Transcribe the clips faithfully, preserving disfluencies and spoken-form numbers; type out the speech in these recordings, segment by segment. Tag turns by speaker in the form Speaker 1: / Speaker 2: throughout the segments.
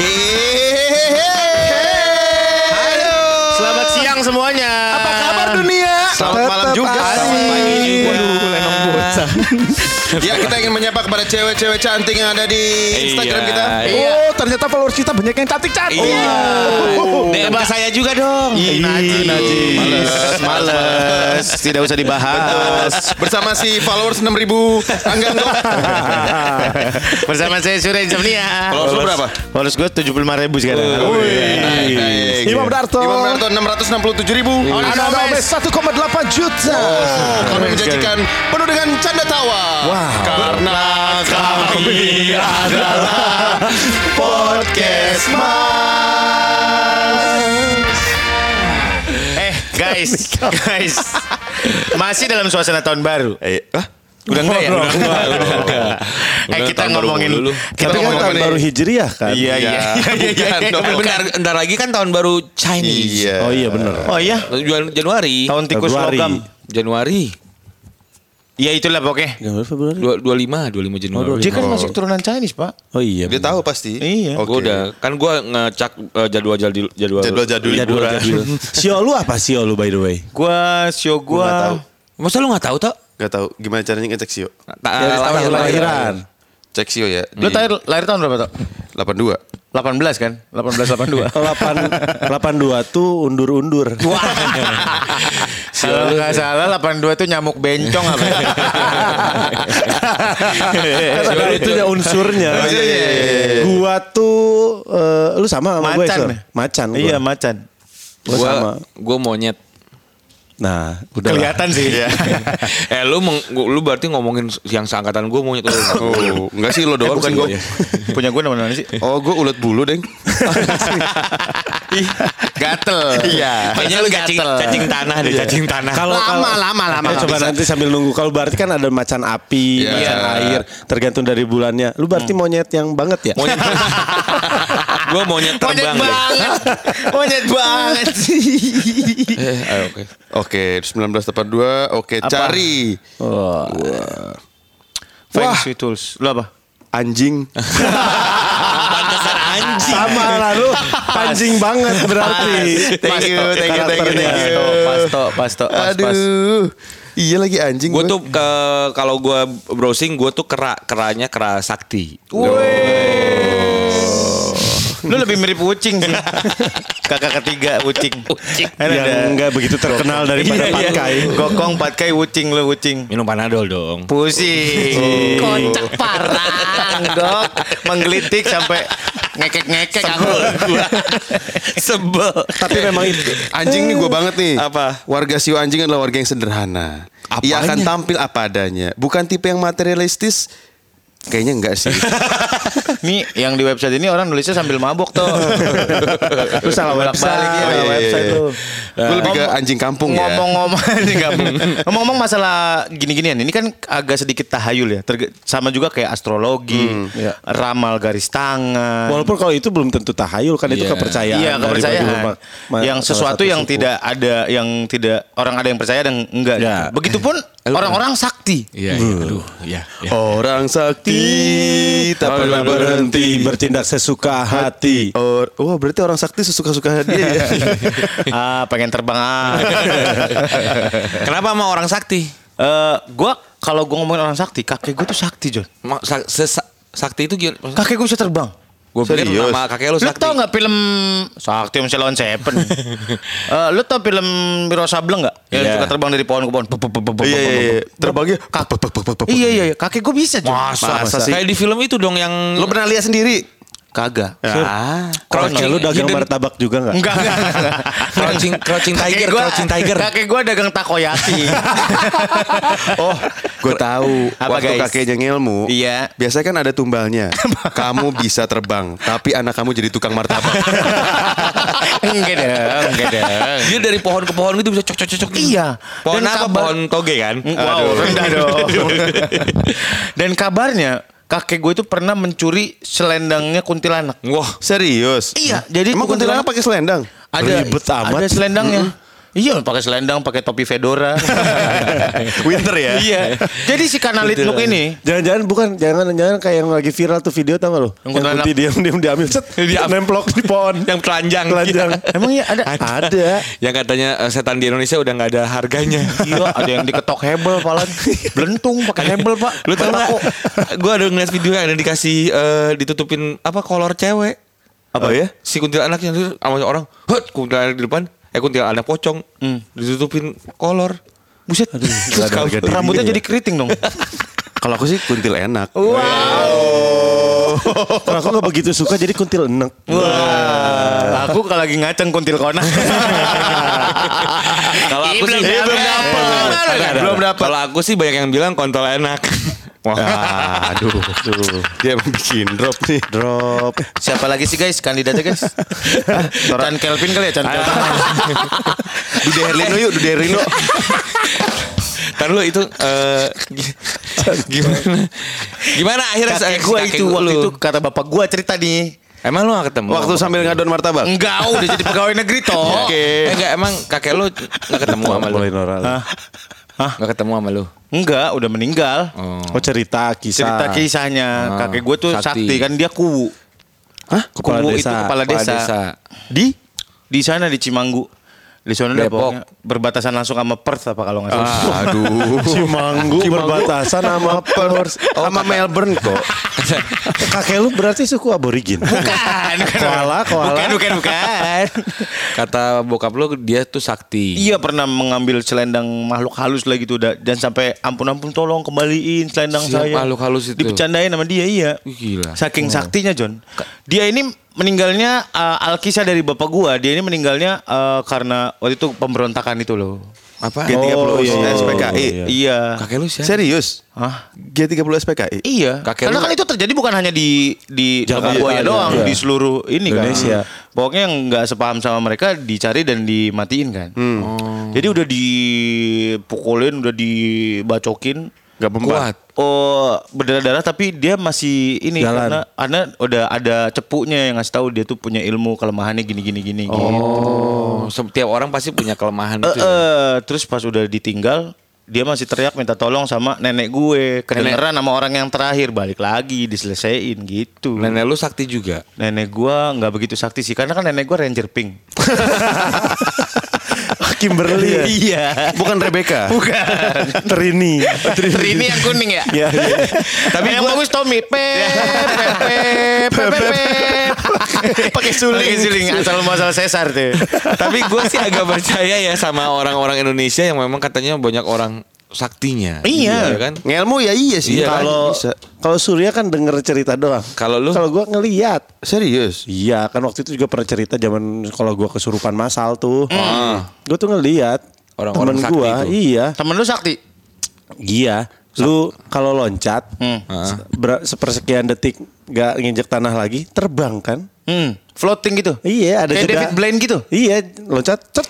Speaker 1: Halo. Selamat siang semuanya.
Speaker 2: Apa kabar dunia?
Speaker 3: Selamat malam juga.
Speaker 1: Selamat pagi juga.
Speaker 2: Lenong bocah.
Speaker 3: Ya, kita ingin menyapa kepada cewek-cewek cantik yang ada di Instagram
Speaker 1: Iya,
Speaker 3: kita.
Speaker 1: iya.
Speaker 2: Oh, ternyata followers kita banyak yang cantik-cantik.
Speaker 1: Iya. D M ke saya juga dong.
Speaker 2: Ih, Najib.
Speaker 1: Najib.
Speaker 3: Males,
Speaker 1: Males. Tidak usah dibahas.
Speaker 3: Bersama si followers enam ribu Anggang dong.
Speaker 1: Bersama saya Surya Insomnia.
Speaker 3: Followers lu berapa?
Speaker 1: Followers gue tujuh puluh lima ribu sekarang.
Speaker 3: Naik, naik.
Speaker 2: Imam Darto.
Speaker 3: Imam Darto enam ratus enam puluh tujuh ribu.
Speaker 2: Ana Gomez satu koma delapan juta.
Speaker 3: Kami menjanjikan penuh dengan canda tawa.
Speaker 2: Wow.
Speaker 3: Karena kami adalah podcast Mas.
Speaker 1: Eh guys, guys. Masih dalam suasana tahun baru.
Speaker 3: Eh, ah?
Speaker 1: Udah enggak ya? Udah enggak, udah enggak. Eh
Speaker 4: Udah,
Speaker 1: kita
Speaker 4: tahun baru
Speaker 1: ngomongin
Speaker 4: dulu.
Speaker 1: kita
Speaker 2: Tapi kan
Speaker 1: ngomongin
Speaker 2: tahun baru Hijriah kan?
Speaker 1: Iya iya.
Speaker 3: Bukan dong.
Speaker 4: Bentar, bentar lagi kan tahun baru Chinese.
Speaker 3: Iya.
Speaker 2: Oh iya benar.
Speaker 1: Oh iya.
Speaker 4: Jan- Januari.
Speaker 1: Tahun tikus
Speaker 2: Februari.
Speaker 1: logam.
Speaker 4: Januari.
Speaker 1: Iya itulah pokoknya.
Speaker 2: Januari Februari.
Speaker 4: Dua- dua puluh lima, dua puluh lima Januari.
Speaker 1: Dia kan masih keturunan Chinese, Pak.
Speaker 2: Oh iya.
Speaker 3: Dia tahu pasti.
Speaker 1: Iya.
Speaker 3: Oke.
Speaker 4: Gue udah kan gue ngecak uh, jadwal jadwal jadwal
Speaker 3: Jadwal jadul
Speaker 2: Jadul
Speaker 3: liburan.
Speaker 2: jadul. Sio lu apa sio lu by the way?
Speaker 1: Gua sio
Speaker 3: Gua nggak tahu.
Speaker 1: gua
Speaker 4: Masa lu nggak tahu tak?
Speaker 3: Gak tahu gimana caranya ngecek Sio.
Speaker 2: Dari tahun kelahiran.
Speaker 3: Cek Sio ya.
Speaker 1: Lu lahir, lahir tahun berapa, Tok?
Speaker 3: delapan dua.
Speaker 1: delapan belas kan? delapan belas delapan dua.
Speaker 2: delapan delapan dua tuh undur-undur.
Speaker 1: Kalau nggak salah delapan dua tuh nyamuk bencong apa?
Speaker 2: Kan ada itu ya unsurnya.
Speaker 3: Oh, iya, iya, iya.
Speaker 2: Gua tuh eh, lu sama sama gue
Speaker 1: Macan.
Speaker 2: Sur? Macan gua.
Speaker 1: Iya, macan.
Speaker 2: Gua
Speaker 4: Gue
Speaker 2: sama.
Speaker 4: gue monyet.
Speaker 2: Nah, udah
Speaker 1: Kelihatan sih.
Speaker 4: eh lu meng- lu berarti ngomongin yang seangkatan gue monyet lu.
Speaker 3: Oh, enggak sih lo doang
Speaker 1: Bukan
Speaker 3: sih.
Speaker 1: gua.
Speaker 3: Gua.
Speaker 1: Punya gua namanya sih.
Speaker 3: Oh, gue ulet bulu, Deng.
Speaker 1: Gatel. Iya.
Speaker 4: Kayaknya lu cacing, cacing tanah deh, cacing tanah.
Speaker 2: Kalau
Speaker 1: Lama, lama, lama.
Speaker 2: Eh, coba nanti sambil nunggu. Kalau berarti kan ada macan api,
Speaker 3: Iya.
Speaker 2: macan air, tergantung dari bulannya. Lu berarti monyet yang banget ya?
Speaker 4: Monyet. Gue monyet
Speaker 1: Monyet
Speaker 4: terbang deh.
Speaker 1: banget. Monyet banget sih.
Speaker 4: Eh, ayo, oke.
Speaker 3: Oke, sembilan belas delapan dua. Oke,
Speaker 1: Apa?
Speaker 3: cari.
Speaker 2: Wah.
Speaker 1: Feng
Speaker 3: Wah.
Speaker 1: Shui Tools. Lu apa?
Speaker 3: Anjing.
Speaker 4: Pantesan anjing.
Speaker 2: Sama lah lu pancing banget berarti.
Speaker 1: Thank you, thank you, thank you, thank you. Pasto, pasto, pas, pas.
Speaker 3: Aduh. Iya lagi anjing.
Speaker 4: Gue
Speaker 3: gua.
Speaker 4: tuh ke kalau gue browsing gue tuh kera keranya kera sakti.
Speaker 1: Lu lebih mirip Wucing sih. Kakak ketiga Wucing. Wucing.
Speaker 2: Yang enggak begitu terkenal daripada Patkai.
Speaker 1: Gokong Patkai Wucing lu Wucing.
Speaker 4: Minum panadol dong.
Speaker 1: Pusing. Kocak parah, Dok. Menggelitik sampai ngekek-ngekek aku.
Speaker 4: Sebel.
Speaker 2: Tapi memang itu.
Speaker 3: Anjing nih gue banget nih.
Speaker 4: Apa?
Speaker 3: Warga Sio anjing adalah warga yang sederhana. Ia akan
Speaker 4: Apanya?
Speaker 3: tampil apa adanya. Bukan tipe yang materialistis. Kayaknya enggak sih.
Speaker 1: Nih yang di website ini orang nulisnya sambil mabok tuh.
Speaker 2: Lu salah website.
Speaker 1: ya.
Speaker 2: Salah website lu.
Speaker 3: Gue lebih ke anjing kampung ya.
Speaker 1: Ngomong-ngomong anjing kampung. Ngomong-ngomong masalah gini-ginian, ini kan agak sedikit tahayul ya. Terge- sama juga kayak astrologi,
Speaker 2: Iya.
Speaker 1: ramal garis tangan.
Speaker 2: Walaupun kalau itu belum tentu tahayul kan itu
Speaker 4: Iya.
Speaker 2: kepercayaan.
Speaker 1: Iya
Speaker 2: dari
Speaker 1: kepercayaan.
Speaker 2: bagi ma- ma-
Speaker 1: yang
Speaker 2: salah
Speaker 1: sesuatu
Speaker 2: satu
Speaker 1: yang
Speaker 2: suku.
Speaker 1: tidak ada, yang tidak orang ada yang percaya dan enggak.
Speaker 2: Ya.
Speaker 1: Gitu. Begitupun orang-orang sakti.
Speaker 4: Iya, iya, aduh, iya, iya.
Speaker 3: Orang sakti tak pernah berhenti.
Speaker 2: bertindak sesuka hati.
Speaker 3: Or, oh berarti orang sakti sesuka-suka dia ya.
Speaker 1: Ah, pengen terbang ah.
Speaker 4: Kenapa sama orang sakti?
Speaker 1: Eh, gua kalau gua ngomongin orang sakti, kakek gua tuh sakti, John.
Speaker 4: Ma- sa- sesa- sakti itu gimana?
Speaker 1: Kakek gua bisa terbang.
Speaker 4: Gue pikir
Speaker 3: Serius?
Speaker 4: nama kakek lu
Speaker 1: Lu
Speaker 4: sakti.
Speaker 1: tau gak film Sakti sama Silon Seven? Eh, lu tau film Wiro Sableng gak? Yang
Speaker 2: Iya.
Speaker 1: suka terbang dari pohon ke pohon.
Speaker 3: Iya, iya, iya. Terbangnya.
Speaker 1: Kak- Iya iya iya, kakek gue bisa John.
Speaker 4: Masa,
Speaker 3: Masa sih?
Speaker 4: Kayak di film itu dong yang
Speaker 3: Lo pernah lihat sendiri?
Speaker 1: Kagak.
Speaker 3: Ah.
Speaker 2: Kakek lu dagang
Speaker 4: hidden-
Speaker 2: martabak juga nggak?
Speaker 1: Enggak enggak. enggak.
Speaker 4: Crouching, crouching
Speaker 1: Kakek
Speaker 4: tiger,
Speaker 1: gua-
Speaker 4: crouching tiger.
Speaker 1: Kakek gue dagang takoyaki.
Speaker 3: Oh, gue tahu.
Speaker 1: Apa,
Speaker 3: Waktu
Speaker 1: guys?
Speaker 3: kakeknya ngilmu,
Speaker 1: Iya.
Speaker 3: biasanya kan ada tumbalnya. Kamu bisa terbang, tapi anak kamu jadi tukang martabak.
Speaker 1: Enggak dong, enggak dong.
Speaker 4: Dia dari pohon ke pohon gitu bisa cocok-cocok.
Speaker 1: Iya.
Speaker 4: Pohon
Speaker 1: Dan
Speaker 4: apa?
Speaker 1: kabar-
Speaker 4: Pohon toge kan?
Speaker 1: Wow, rendah dong. Dan kabarnya kakek gue itu pernah mencuri selendangnya kuntilanak.
Speaker 4: Wah,
Speaker 3: Serius?
Speaker 1: Iya, jadi
Speaker 3: Emang kuntilanak pakai selendang?
Speaker 1: ada
Speaker 2: Ribet amat.
Speaker 1: ada selendangnya. Iya, pakai selendang, pakai topi fedora.
Speaker 3: Winter ya.
Speaker 1: Iya. Jadi si kanalit look ini
Speaker 2: Jangan-jangan bukan, jangan-jangan kayak yang lagi viral tuh video tau gak lo?
Speaker 1: Yang
Speaker 2: Yang
Speaker 1: kuntilanak.
Speaker 2: putih diam-diam diambil set, nemplok di pohon.
Speaker 4: Yang telanjang.
Speaker 2: Telanjang.
Speaker 1: emang iya ada.
Speaker 2: Ada.
Speaker 4: Yang katanya eh, setan di Indonesia udah nggak ada harganya.
Speaker 1: Iya, ada yang diketok hebel palan. Belentung pakai hebel, Pak.
Speaker 4: Lu tau nggak? Gue ada ngeliat video yang ada dikasih eh, ditutupin apa kolor cewek.
Speaker 3: Apa ya?
Speaker 4: Si kuntilanaknya tuh sama orang, hut kuntilanak di depan, eh kuntilanak pocong, ditutupin kolor. Buset. Terus
Speaker 3: ada harga
Speaker 4: kalau-
Speaker 3: diri.
Speaker 1: Rambutnya
Speaker 3: ya.
Speaker 1: jadi keriting dong.
Speaker 3: Kalau aku sih kuntil enak.
Speaker 2: Kalau aku gak begitu suka jadi kuntil enek.
Speaker 1: Wah, aku kalau lagi ngaceng kuntil konak.
Speaker 4: Kalau aku sih
Speaker 1: belum dapet. Belum dapet.
Speaker 4: Kalau aku sih banyak yang bilang kontol enak. Wah.
Speaker 3: Ah, aduh, tuh. Dia emang bikin drop nih.
Speaker 2: Drop.
Speaker 1: Siapa lagi sih guys kandidatnya guys? Chan Kelvin kali ya Chan Kelvin.
Speaker 3: Dude Herlino yuk, Dude Herlino.
Speaker 4: Ntar lu itu eh, gi- gimana? Gimana akhirnya
Speaker 1: Kakek
Speaker 4: si
Speaker 1: gue
Speaker 4: kakek
Speaker 1: itu
Speaker 4: lu-
Speaker 1: waktu itu kata bapak gue cerita nih.
Speaker 4: Emang lu gak ketemu?
Speaker 3: Waktu sambil ngadon martabak.
Speaker 1: Enggak, udah jadi pegawai negeri toh.
Speaker 4: Eh enggak, emang kakek lu gak ketemu sama lu?
Speaker 2: Mulai norak.
Speaker 1: Hah?
Speaker 4: Gak ketemu sama lu?
Speaker 1: Enggak, udah meninggal.
Speaker 2: Oh cerita kisah.
Speaker 1: Cerita kisahnya
Speaker 4: Ah,
Speaker 1: kakek gue tuh
Speaker 4: sakti.
Speaker 1: sakti. Kan dia kuwu.
Speaker 2: Hah? Kepala
Speaker 1: Kuwu
Speaker 2: desa.
Speaker 1: itu kepala desa.
Speaker 4: Kepala desa.
Speaker 1: Di di sana di Cimanggu. Di sana udah
Speaker 4: Depok.
Speaker 1: pokoknya berbatasan langsung sama Perth apa kalau nggak salah.
Speaker 3: Aduh.
Speaker 2: Cimanggu berbatasan sama Perth.
Speaker 3: Sama Melbourne kok.
Speaker 2: Kakek lu berarti suku aborigin.
Speaker 1: Bukan, bukan.
Speaker 2: Koala, koala.
Speaker 1: Bukan, bukan, bukan.
Speaker 4: Kata bokap lu dia tuh sakti.
Speaker 1: Iya pernah mengambil selendang makhluk halus lagi tuh da- dan sampai ampun-ampun tolong kembaliin selendang
Speaker 4: Siap,
Speaker 1: saya.
Speaker 4: makhluk halus itu.
Speaker 1: Dibercandain sama dia iya.
Speaker 4: Ih, gila.
Speaker 1: Saking saktinya John. Dia ini meninggalnya uh, alkisah dari bapak gua. Dia ini meninggalnya uh, karena waktu itu pemberontakan itu loh.
Speaker 4: Apa?
Speaker 3: G tiga puluh
Speaker 2: Oh, iya.
Speaker 3: S P K I.
Speaker 2: iya.
Speaker 1: Iya.
Speaker 4: Kakek lu siapa?
Speaker 3: Serius?
Speaker 1: Hah?
Speaker 3: G tiga puluh S P K I.
Speaker 1: Iya.
Speaker 4: Kakek
Speaker 1: Karena
Speaker 4: lu-
Speaker 1: kan itu terjadi bukan hanya di di
Speaker 2: Jakarta
Speaker 1: Jakarta Buaya
Speaker 2: aja,
Speaker 1: doang,
Speaker 2: iya.
Speaker 1: di seluruh ini
Speaker 2: Indonesia.
Speaker 1: kan. Pokoknya yang nggak sepaham sama mereka dicari dan dimatiin kan. Jadi udah dipukulin, udah dibacokin.
Speaker 3: Gak mempan.
Speaker 4: Kuat.
Speaker 1: Oh berdarah-darah tapi dia masih ini
Speaker 2: Jalan.
Speaker 1: karena karena udah ada cepunya yang ngasih tahu dia tuh punya ilmu kelemahannya gini gini gini.
Speaker 4: Oh, setiap orang pasti punya kelemahan
Speaker 1: Eh,
Speaker 4: itu. ya?
Speaker 1: eh, terus pas udah ditinggal dia masih teriak minta tolong sama nenek gue. Kedengeran sama orang yang terakhir balik lagi diselesain gitu.
Speaker 4: Nenek lu sakti juga.
Speaker 1: Nenek gue nggak begitu sakti sih karena kan nenek gue Ranger Pink.
Speaker 2: Kimberly ya.
Speaker 1: Iya.
Speaker 3: Bukan Rebecca.
Speaker 1: Bukan.
Speaker 2: Trini.
Speaker 1: Trini yang kuning ya.
Speaker 2: Iya.
Speaker 1: Tapi yang bagus Tommy. Pep, pep, pep, pep, pep. Pakai suling. Pakai suling asal masalah sesar tuh.
Speaker 4: Tapi gue sih agak percaya ya sama orang-orang Indonesia yang memang katanya banyak orang saktinya.
Speaker 1: Iya.
Speaker 4: kan?
Speaker 3: Ngelmu ya iya sih.
Speaker 4: Iya kan?
Speaker 2: Kalau
Speaker 3: Bisa.
Speaker 2: kalau Surya kan denger cerita doang.
Speaker 4: Kalau lu?
Speaker 2: Kalau gua ngeliat.
Speaker 3: Serius?
Speaker 2: Iya, kan waktu itu juga pernah cerita zaman kalau gua kesurupan masal tuh.
Speaker 4: Ah.
Speaker 2: Gua tuh ngeliat
Speaker 4: Orang-orang
Speaker 2: temen
Speaker 4: sakti
Speaker 2: gua,
Speaker 4: itu.
Speaker 2: iya.
Speaker 1: Temen lu sakti?
Speaker 2: Iya. Lu kalau loncat
Speaker 1: Hmm.
Speaker 2: se- ber- sepersekian detik gak nginjek tanah lagi, terbang kan?
Speaker 1: Hmm. Floating gitu?
Speaker 2: Iya, ada
Speaker 1: Kayak
Speaker 2: jeda.
Speaker 1: David Blaine gitu?
Speaker 2: Iya, loncat, cet.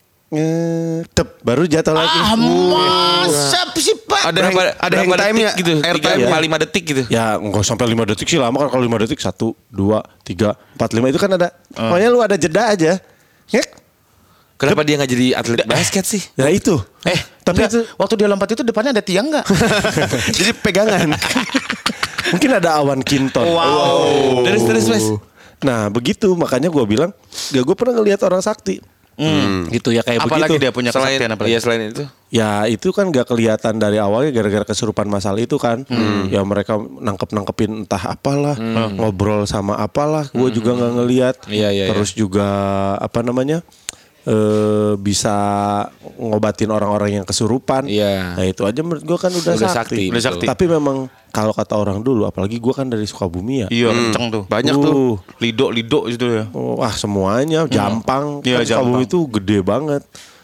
Speaker 2: Ngedep, baru jatuh lagi.
Speaker 1: Ah, masa sih Pak?
Speaker 3: Ada
Speaker 4: Berapa,
Speaker 3: hang- ada
Speaker 4: berapa
Speaker 3: hang
Speaker 4: detik
Speaker 3: time-nya,
Speaker 4: gitu?
Speaker 3: air
Speaker 4: Tiga,
Speaker 3: time-nya.
Speaker 4: lima, lima detik gitu.
Speaker 2: Ya nggak sampai lima detik sih lama kan kalau lima detik satu dua tiga empat lima itu kan ada pokoknya lu ada jeda aja. Ngek.
Speaker 4: Kenapa dia nggak jadi atlet basket sih?
Speaker 2: Ya itu.
Speaker 1: Eh,
Speaker 2: tapi
Speaker 1: tapi
Speaker 2: itu
Speaker 1: waktu dia lompat itu depannya ada tiang nggak?
Speaker 3: Jadi pegangan.
Speaker 2: mungkin ada awan kinton.
Speaker 1: Wow.
Speaker 4: Terus terus Mas.
Speaker 2: Nah begitu makanya gue bilang, ya gue pernah ngelihat orang sakti. Gitu ya kayak
Speaker 1: Apalagi
Speaker 2: begitu.
Speaker 1: dia punya
Speaker 4: Selain,
Speaker 1: kesaktian apalagi?
Speaker 4: iya selain itu.
Speaker 2: Ya itu kan gak kelihatan dari awalnya gara-gara kesurupan masal itu kan. Ya mereka nangkep-nangkepin entah apalah, ngobrol sama apalah, gue juga nggak ngelihat.
Speaker 4: Iya, iya,
Speaker 2: Terus juga apa namanya? eh bisa ngobatin orang-orang yang kesurupan.
Speaker 4: Iya.
Speaker 2: Nah itu aja menurut gue kan udah,
Speaker 4: Udah
Speaker 2: sakti.
Speaker 4: sakti, Udah
Speaker 1: sakti.
Speaker 2: Tapi memang kalau kata orang dulu, apalagi gue kan dari Sukabumi ya.
Speaker 1: Iya, kenceng tuh.
Speaker 3: Banyak
Speaker 2: Uh,
Speaker 3: tuh.
Speaker 1: Lido, lido gitu ya.
Speaker 2: Oh, wah semuanya Jampang,
Speaker 1: Iya,
Speaker 2: kan Sukabumi
Speaker 1: Jampang.
Speaker 2: itu gede banget.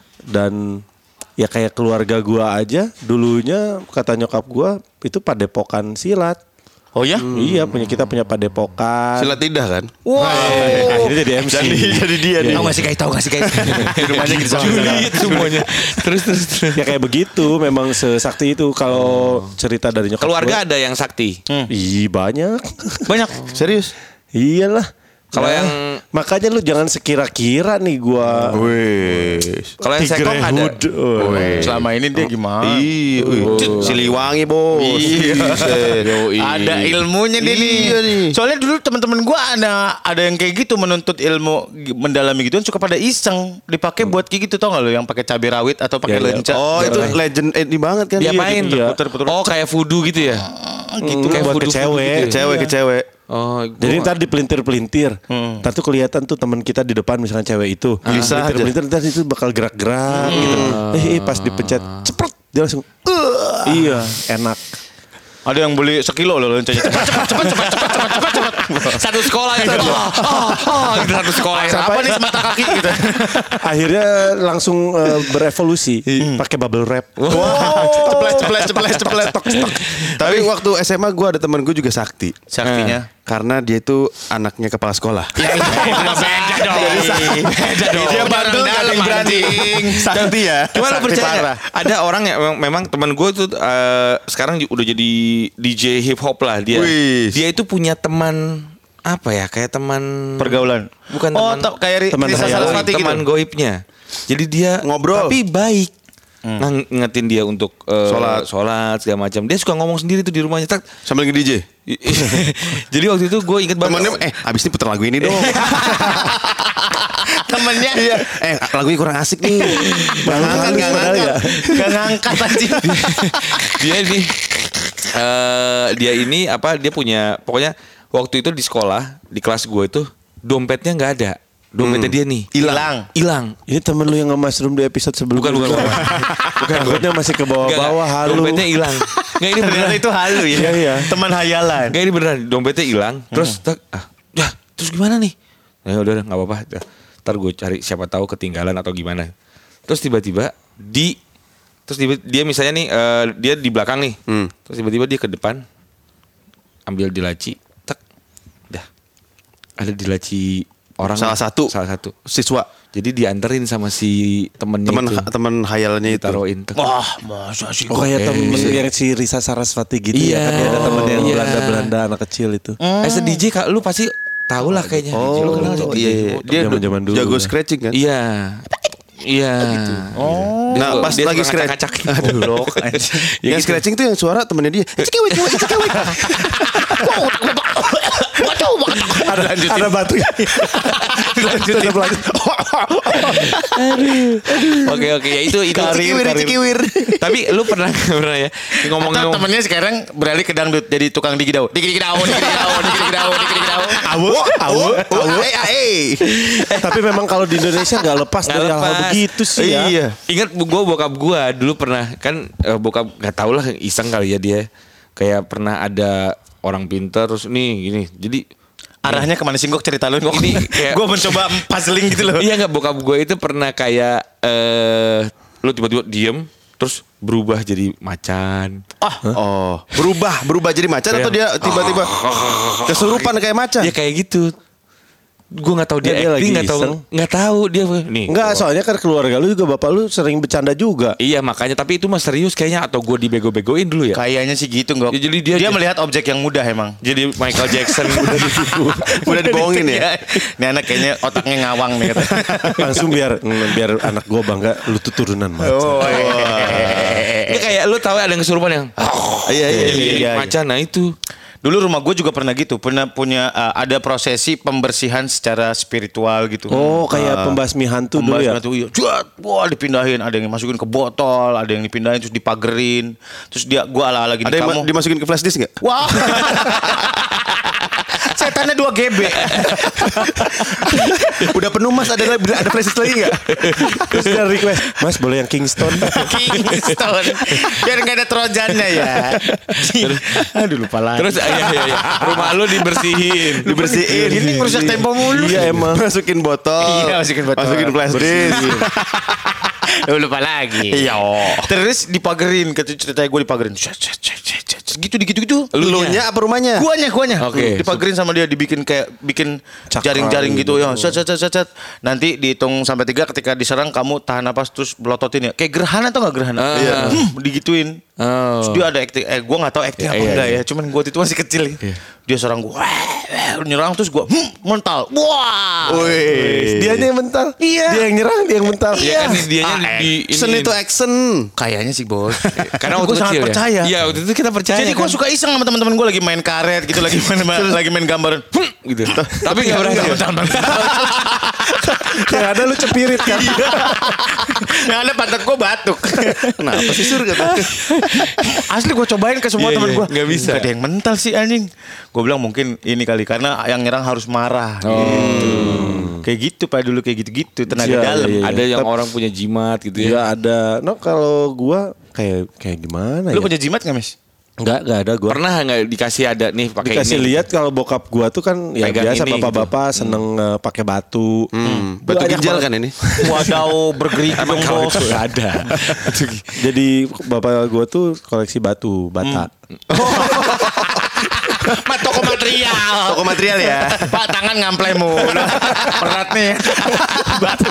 Speaker 2: Dan ya kayak keluarga gua aja dulunya kata nyokap gua itu padepokan silat.
Speaker 1: Oh ya?
Speaker 2: Iya, punya kita punya padepokan.
Speaker 3: Silat lidah kan?
Speaker 1: Wow.
Speaker 2: Akhirnya jadi M C.
Speaker 3: jadi dia nih.
Speaker 1: Tahu gak sih guys? Tahu gak sih guys? Rumahnya gitu sama
Speaker 4: Julid semuanya. Terus terus. terus.
Speaker 2: Ya kayak begitu, memang sesakti itu kalau cerita dari nyokap
Speaker 4: Keluarga
Speaker 2: gua.
Speaker 4: ada yang sakti.
Speaker 2: Ih, banyak.
Speaker 1: Banyak.
Speaker 3: Serius?
Speaker 2: Iyalah.
Speaker 4: Kalau
Speaker 2: Nah,
Speaker 4: yang
Speaker 2: makanya lu jangan sekira-kira nih gua.
Speaker 3: Wih.
Speaker 4: kalau yang sekong ada.
Speaker 2: Tigrehud. Oh.
Speaker 1: Selama ini dia gimana?
Speaker 3: Ih, wih. Siliwangi bos.
Speaker 1: Iya.
Speaker 3: Buset.
Speaker 1: Ada ilmunya dia nih.
Speaker 3: Iya nih.
Speaker 1: Soalnya dulu teman-teman gua ada ada yang kayak gitu menuntut ilmu g- mendalami gituan suka pada iseng dipakai buat kayak gitu tau gak lo yang pakai cabai rawit atau pakai
Speaker 2: Iya, iya.
Speaker 1: lenca.
Speaker 3: Oh itu legend eh, ini banget kan.
Speaker 4: Diapain?
Speaker 2: Iya.
Speaker 1: Puter-puter.
Speaker 4: Oh kayak voodoo gitu ya?
Speaker 2: Gitu
Speaker 4: Kayak
Speaker 2: buat ke
Speaker 4: voodoo-voodoo
Speaker 2: cewek.
Speaker 4: gitu
Speaker 3: Ke
Speaker 4: ya?
Speaker 3: cewek ke cewek.
Speaker 4: Oh,
Speaker 2: Jadi
Speaker 4: gua-
Speaker 2: ntar dipelintir-pelintir. Ntar tuh kelihatan tuh teman kita di depan misalnya cewek itu.
Speaker 3: Bisa aja.
Speaker 2: Pelintir-pelintir ntar itu bakal gerak-gerak gitu. Eh, eh, pas dipencet cepet dia langsung "Uh." Iya, enak.
Speaker 1: Ada yang beli sekilo loh lencanya. Cepat cepat cepat cepat cepat cepat cepat cepat.
Speaker 4: satu sekolah itu. Oh, oh, oh, gitu satu sekolah. itu.
Speaker 1: Apa nih semata kaki gitu.
Speaker 2: Akhirnya langsung eh, berevolusi pakai bubble wrap.
Speaker 1: Ceples ceples ceples ceples.
Speaker 3: Tapi waktu S M A gue ada temen gue juga sakti.
Speaker 1: Saktinya.
Speaker 3: Karena dia itu anaknya kepala sekolah.
Speaker 1: Ya, beda dong. Beda dong. Dia bandel gak ada yang berani. Sakti ya.
Speaker 4: Cuma lo
Speaker 1: Sakti
Speaker 4: percaya
Speaker 1: parah.
Speaker 4: nggak? Ada orang yang memang, memang teman gue tuh eh, sekarang ju- udah jadi D J hip hop lah dia.
Speaker 3: Wih.
Speaker 4: Dia itu punya teman apa ya? Kayak teman
Speaker 1: Pergaulan.
Speaker 4: Bukan
Speaker 1: Oh,
Speaker 4: teman.
Speaker 1: tau, kayak Ri-
Speaker 2: teman
Speaker 1: Risa
Speaker 2: hayalan.
Speaker 1: Sarasvati gitu.
Speaker 4: teman goibnya. Jadi dia
Speaker 3: Ngobrol.
Speaker 4: tapi baik. Ngang- ngingetin dia untuk eh,
Speaker 3: Sholat.
Speaker 4: sholat segala macam. Dia suka ngomong sendiri tuh di rumahnya. Tak.
Speaker 3: Sambil nge-D J.
Speaker 4: Jadi waktu itu gue inget banget.
Speaker 3: Temennya eh abis ini putar lagu ini dong.
Speaker 1: Temennya.
Speaker 3: Iya. Eh lagunya kurang asik nih. Gak ngangkat, gak
Speaker 2: padahal
Speaker 3: ngangkat.
Speaker 2: ya.
Speaker 1: Gak ngangkat anjing.
Speaker 4: dia ini eh dia ini apa dia punya pokoknya waktu itu di sekolah di kelas gue itu dompetnya nggak ada dompetnya dia nih
Speaker 1: Hilang.
Speaker 4: hilang
Speaker 2: Ini temen lu yang nge-mushroom di episode sebelumnya.
Speaker 4: bukan bukan bukan
Speaker 2: Bukan, takutnya masih ke
Speaker 4: Nggak,
Speaker 2: bawah-bawah
Speaker 4: nggak.
Speaker 2: halu.
Speaker 4: dompetnya hilang nggak ini beneran
Speaker 1: Ternyata itu halu ya.
Speaker 2: Iya, iya.
Speaker 1: Teman hayalan.
Speaker 4: nggak ini beneran dompetnya hilang terus tak, ah ya terus gimana nih ya udah udah, nggak apa-apa Dah. Ntar gue cari siapa tahu ketinggalan atau gimana terus tiba-tiba di terus tiba, dia misalnya nih eh, dia di belakang nih
Speaker 3: Hmm.
Speaker 4: terus tiba-tiba dia ke depan ambil di laci tak dah ada di laci orang
Speaker 3: Salah satu.
Speaker 4: salah satu
Speaker 3: Siswa.
Speaker 4: jadi dianterin sama si temennya
Speaker 3: Temen
Speaker 4: itu
Speaker 3: temen hayalannya itu.
Speaker 4: ditaruhin tak.
Speaker 1: Wah, masa sih.
Speaker 2: Oh kayak
Speaker 4: Eh,
Speaker 2: temen
Speaker 4: bisa.
Speaker 2: yang si Risa Sarasvati gitu
Speaker 4: Iya.
Speaker 2: ya kan. Dia ada temen yang
Speaker 4: Iya.
Speaker 2: Belanda-Belanda anak kecil itu.
Speaker 4: As a D J kak lu pasti tahu lah kayaknya D J. Lu
Speaker 3: Oh,
Speaker 4: kenal sih D J?
Speaker 3: iya, iya. Dia
Speaker 2: Zaman-zaman dulu
Speaker 3: jago
Speaker 2: ya.
Speaker 3: scratching kan?
Speaker 4: Iya. Iya. Oh.
Speaker 3: Nah, pas lagi scratch-
Speaker 4: kacak.
Speaker 1: Goblok.
Speaker 3: Yang scratching tuh yang suara temennya dia. Cekewek, cekewek, cekewek.
Speaker 2: Ada ada batu. Lanjut lanjut.
Speaker 4: Oke oke ya itu itu.
Speaker 3: Cikiwir, cikiwir.
Speaker 4: Tapi lu pernah pernah ya ngomongin
Speaker 1: Atau temennya sekarang beralih ke dangdut jadi tukang digidau. Digidau, digidau, digidau, digidau.
Speaker 2: Awu, awu, awu.
Speaker 3: Eh, eh.
Speaker 2: Tapi memang kalau di Indonesia nggak lepas
Speaker 4: Nggak
Speaker 2: dari hal-hal
Speaker 4: lepas.
Speaker 2: begitu sih ya.
Speaker 3: Iya.
Speaker 4: Ingat gue bokap gue dulu pernah kan eh, bokap nggak tahu lah iseng kali ya dia kayak pernah ada orang pintar terus nih gini jadi
Speaker 1: Arahnya kemana sih gue cerita lu?
Speaker 4: Ini kayak-
Speaker 1: Gue mencoba puzzling gitu loh.
Speaker 4: iya nggak bokap gue itu pernah kayak eh lu tiba-tiba diem terus berubah jadi macan.
Speaker 3: Oh, berubah, berubah jadi macan atau dia tiba-tiba kesurupan kayak macan?
Speaker 4: Ya kayak gitu. Gue nggak tahu dia,
Speaker 2: Nggak, dia
Speaker 4: acting
Speaker 2: lagi
Speaker 4: nggak tahu
Speaker 2: iseng.
Speaker 4: nggak tahu dia nih.
Speaker 2: Enggak, soalnya kan keluarga lu juga bapak lu sering bercanda juga.
Speaker 4: Iya makanya tapi itu mah serius kayaknya atau gue dibego-begoin dulu ya.
Speaker 1: Kayaknya sih gitu nggak.
Speaker 4: Ya, jadi dia-
Speaker 1: dia melihat objek yang mudah emang.
Speaker 4: Jadi Michael Jackson udah ditipu.
Speaker 3: Udah dibohongin ya?
Speaker 1: Iya. Ini anak kayaknya otaknya ngawang nih kata.
Speaker 2: Langsung biar biar anak gua bangga lu tuh turunan macan.
Speaker 1: Oh,
Speaker 4: Ini kayak lu tahu ada yang kesurupan yang
Speaker 3: Iya, iya,
Speaker 4: jadi
Speaker 1: iya, iya.
Speaker 4: macan nah itu.
Speaker 1: Dulu rumah gue juga pernah gitu, pernah punya uh, ada prosesi pembersihan secara spiritual gitu.
Speaker 2: Oh, kayak pembasmi hantu dulu ya.
Speaker 1: Pembasmi hantu, iya. Juat, wah dipindahin, ada yang dimasukin ke botol, ada yang dipindahin terus dipagerin. Terus dia gua ala-ala gini
Speaker 3: Ada yang
Speaker 1: kamu.
Speaker 3: ma- dimasukin ke flash disk nggak?
Speaker 1: Wah. Setannya dua G B.
Speaker 3: Udah penuh mas, ada ada flash disk lagi nggak?
Speaker 2: Terus dia request, "Mas, boleh yang Kingston?"
Speaker 1: Kingston. Biar nggak ada trojannya ya. Aduh lupa lagi.
Speaker 4: Terus iya iya iya. Rumah lu dibersihin.
Speaker 3: Dibersihin.
Speaker 1: Ini ngerusak tempo mulu.
Speaker 2: Iya emang.
Speaker 3: Masukin botol.
Speaker 1: Iya, masukin botol.
Speaker 3: Masukin flash disk.
Speaker 1: Lu lupa lagi.
Speaker 3: Iya.
Speaker 1: Terus dipagerin, kata ceritanya gue dipagerin. Cet, cet, cet, cet, cet. Gitu gitu-gitu.
Speaker 3: Elunya apa rumahnya?
Speaker 1: Guanya, guanya.
Speaker 4: Oke.
Speaker 1: Dipagerin sama dia, dibikin kayak bikin jaring-jaring gitu ya. Set, set, set, set, set. Nanti dihitung sampai tiga, ketika diserang kamu tahan napas terus belototin ya. Kayak gerhana atau nggak gerhana?
Speaker 4: Ah.
Speaker 1: Iya. Hmm, digituin.
Speaker 4: Oh.
Speaker 1: Terus dia ada acting. Eh, gue nggak tahu acting apa
Speaker 4: Iya,
Speaker 1: enggak
Speaker 4: iya.
Speaker 1: ya. Cuman gue itu masih kecil. Dia serang gue. eh, nyerang terus gue hmm, mental. Wah.
Speaker 3: Wih.
Speaker 2: Dianya yang mental.
Speaker 1: Iya.
Speaker 2: Dia yang nyerang, dia yang mental.
Speaker 4: Iya kan dianya
Speaker 1: Ah,
Speaker 4: di
Speaker 3: Action
Speaker 4: ini.
Speaker 3: itu action.
Speaker 1: Kayaknya sih bos.
Speaker 4: Karena
Speaker 1: gue
Speaker 4: waktu
Speaker 1: sangat
Speaker 4: kecil
Speaker 1: percaya.
Speaker 4: ya. Iya, waktu itu kita percaya.
Speaker 1: Jadi gue
Speaker 4: kan?
Speaker 1: suka iseng sama teman-teman gue lagi main karet gitu, lagi main lagi main gambaran. Hmm,
Speaker 4: gitu. Tapi enggak berhasil.
Speaker 2: Yang ada lu cepirit kan.
Speaker 1: Yang ada pantat gue batuk.
Speaker 3: Kenapa sih Sur kata?
Speaker 1: Asli gue cobain ke semua
Speaker 4: Iya,
Speaker 1: teman
Speaker 4: iya,
Speaker 1: gue.
Speaker 4: nggak bisa.
Speaker 1: Gak ada yang mental sih anjing. Gue bilang mungkin ini kali karena yang nyerang harus marah. Gitu. Kayak gitu pak dulu kayak gitu-gitu tenaga
Speaker 2: Iya,
Speaker 1: dalam.
Speaker 2: iya, iya.
Speaker 4: Ada yang
Speaker 2: Tapi-
Speaker 4: orang punya jimat gitu ya.
Speaker 2: Iya ada. No kalau gua kayak kayak gimana
Speaker 1: Lu
Speaker 2: ya?
Speaker 1: punya jimat gak Mes?
Speaker 2: Enggak, enggak ada gua.
Speaker 4: Pernah nggak dikasih ada nih pakai
Speaker 2: Dikasih
Speaker 4: ini?
Speaker 2: lihat kalau bokap gua tuh kan ya
Speaker 4: Pegang
Speaker 2: biasa
Speaker 4: ini
Speaker 2: bapak-bapak seneng eh, pakai batu.
Speaker 3: Hmm, batu
Speaker 2: Banyak
Speaker 3: ginjal
Speaker 2: banget.
Speaker 3: kan ini?
Speaker 1: Wadaw bergerigi dong
Speaker 4: Kalau
Speaker 1: bos.
Speaker 4: itu nggak ada.
Speaker 2: Jadi bapak gua tuh koleksi batu bata.
Speaker 1: Mat toko material.
Speaker 3: Toko material ya.
Speaker 1: Pak tangan ngamplemu. Berat nih. Batu.